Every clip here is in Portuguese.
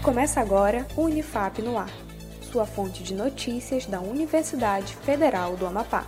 Começa agora o Unifap no Ar, sua fonte de notícias da Universidade Federal do Amapá.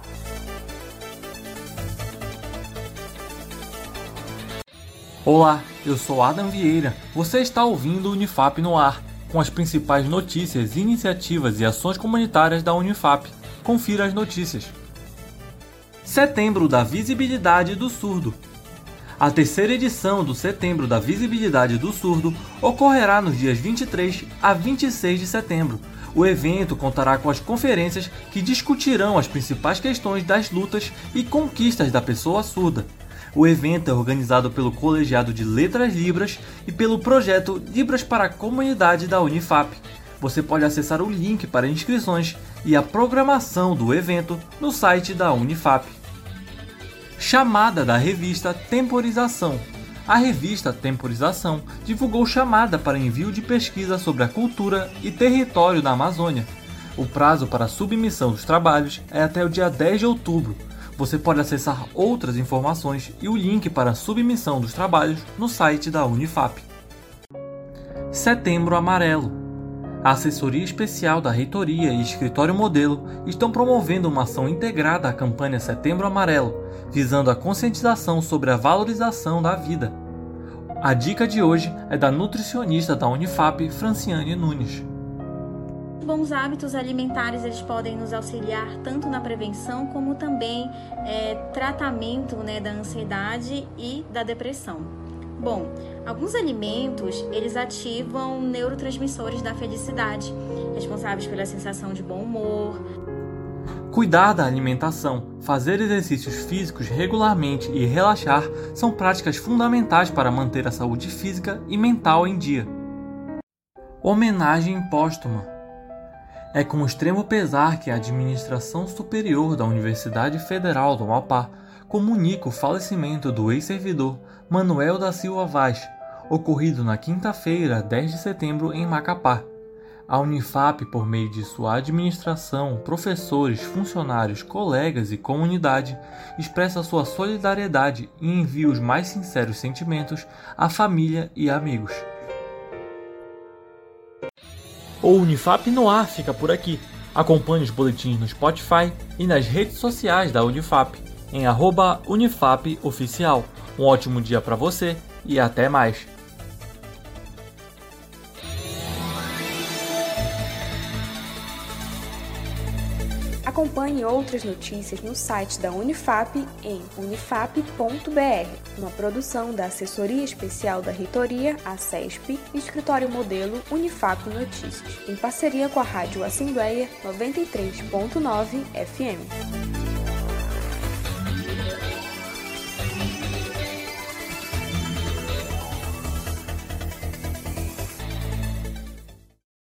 Olá, eu sou Adam Vieira. Você está ouvindo o Unifap no Ar, com as principais notícias, iniciativas e ações comunitárias da Unifap. Confira as notícias. Setembro da Visibilidade do Surdo. A terceira edição do Setembro da Visibilidade do Surdo ocorrerá nos dias 23 a 26 de setembro. O evento contará com as conferências que discutirão as principais questões das lutas e conquistas da pessoa surda. O evento é organizado pelo Colegiado de Letras Libras e pelo projeto Libras para a Comunidade da Unifap. Você pode acessar o link para inscrições e a programação do evento no site da Unifap. Chamada da revista Temporização. A revista Temporização divulgou chamada para envio de pesquisa sobre a cultura e território da Amazônia. O prazo para a submissão dos trabalhos é até o dia 10 de outubro. Você pode acessar outras informações e o link para a submissão dos trabalhos no site da Unifap. Setembro Amarelo. A Assessoria Especial da Reitoria e Escritório Modelo estão promovendo uma ação integrada à campanha Setembro Amarelo, visando a conscientização sobre a valorização da vida. A dica de hoje é da nutricionista da Unifap, Franciane Nunes. Bons hábitos alimentares eles podem nos auxiliar tanto na prevenção como também tratamento da ansiedade e da depressão. Bom, alguns alimentos eles ativam neurotransmissores da felicidade, responsáveis pela sensação de bom humor. Cuidar da alimentação, fazer exercícios físicos regularmente e relaxar são práticas fundamentais para manter a saúde física e mental em dia. Homenagem póstuma. É com extremo pesar que a Administração Superior da Universidade Federal do Amapá comunica o falecimento do ex-servidor Manuel da Silva Vaz, ocorrido na quinta-feira, 10 de setembro, em Macapá. A Unifap, por meio de sua administração, professores, funcionários, colegas e comunidade, expressa sua solidariedade e envia os mais sinceros sentimentos à família e amigos. O Unifap no Ar fica por aqui. Acompanhe os boletins no Spotify e nas redes sociais da Unifap, em @UnifapOficial. Um ótimo dia para você e até mais! Acompanhe outras notícias no site da Unifap em unifap.br, uma produção da Assessoria Especial da Reitoria, a CESP, e Escritório Modelo Unifap Notícias, em parceria com a Rádio Assembleia 93.9 FM.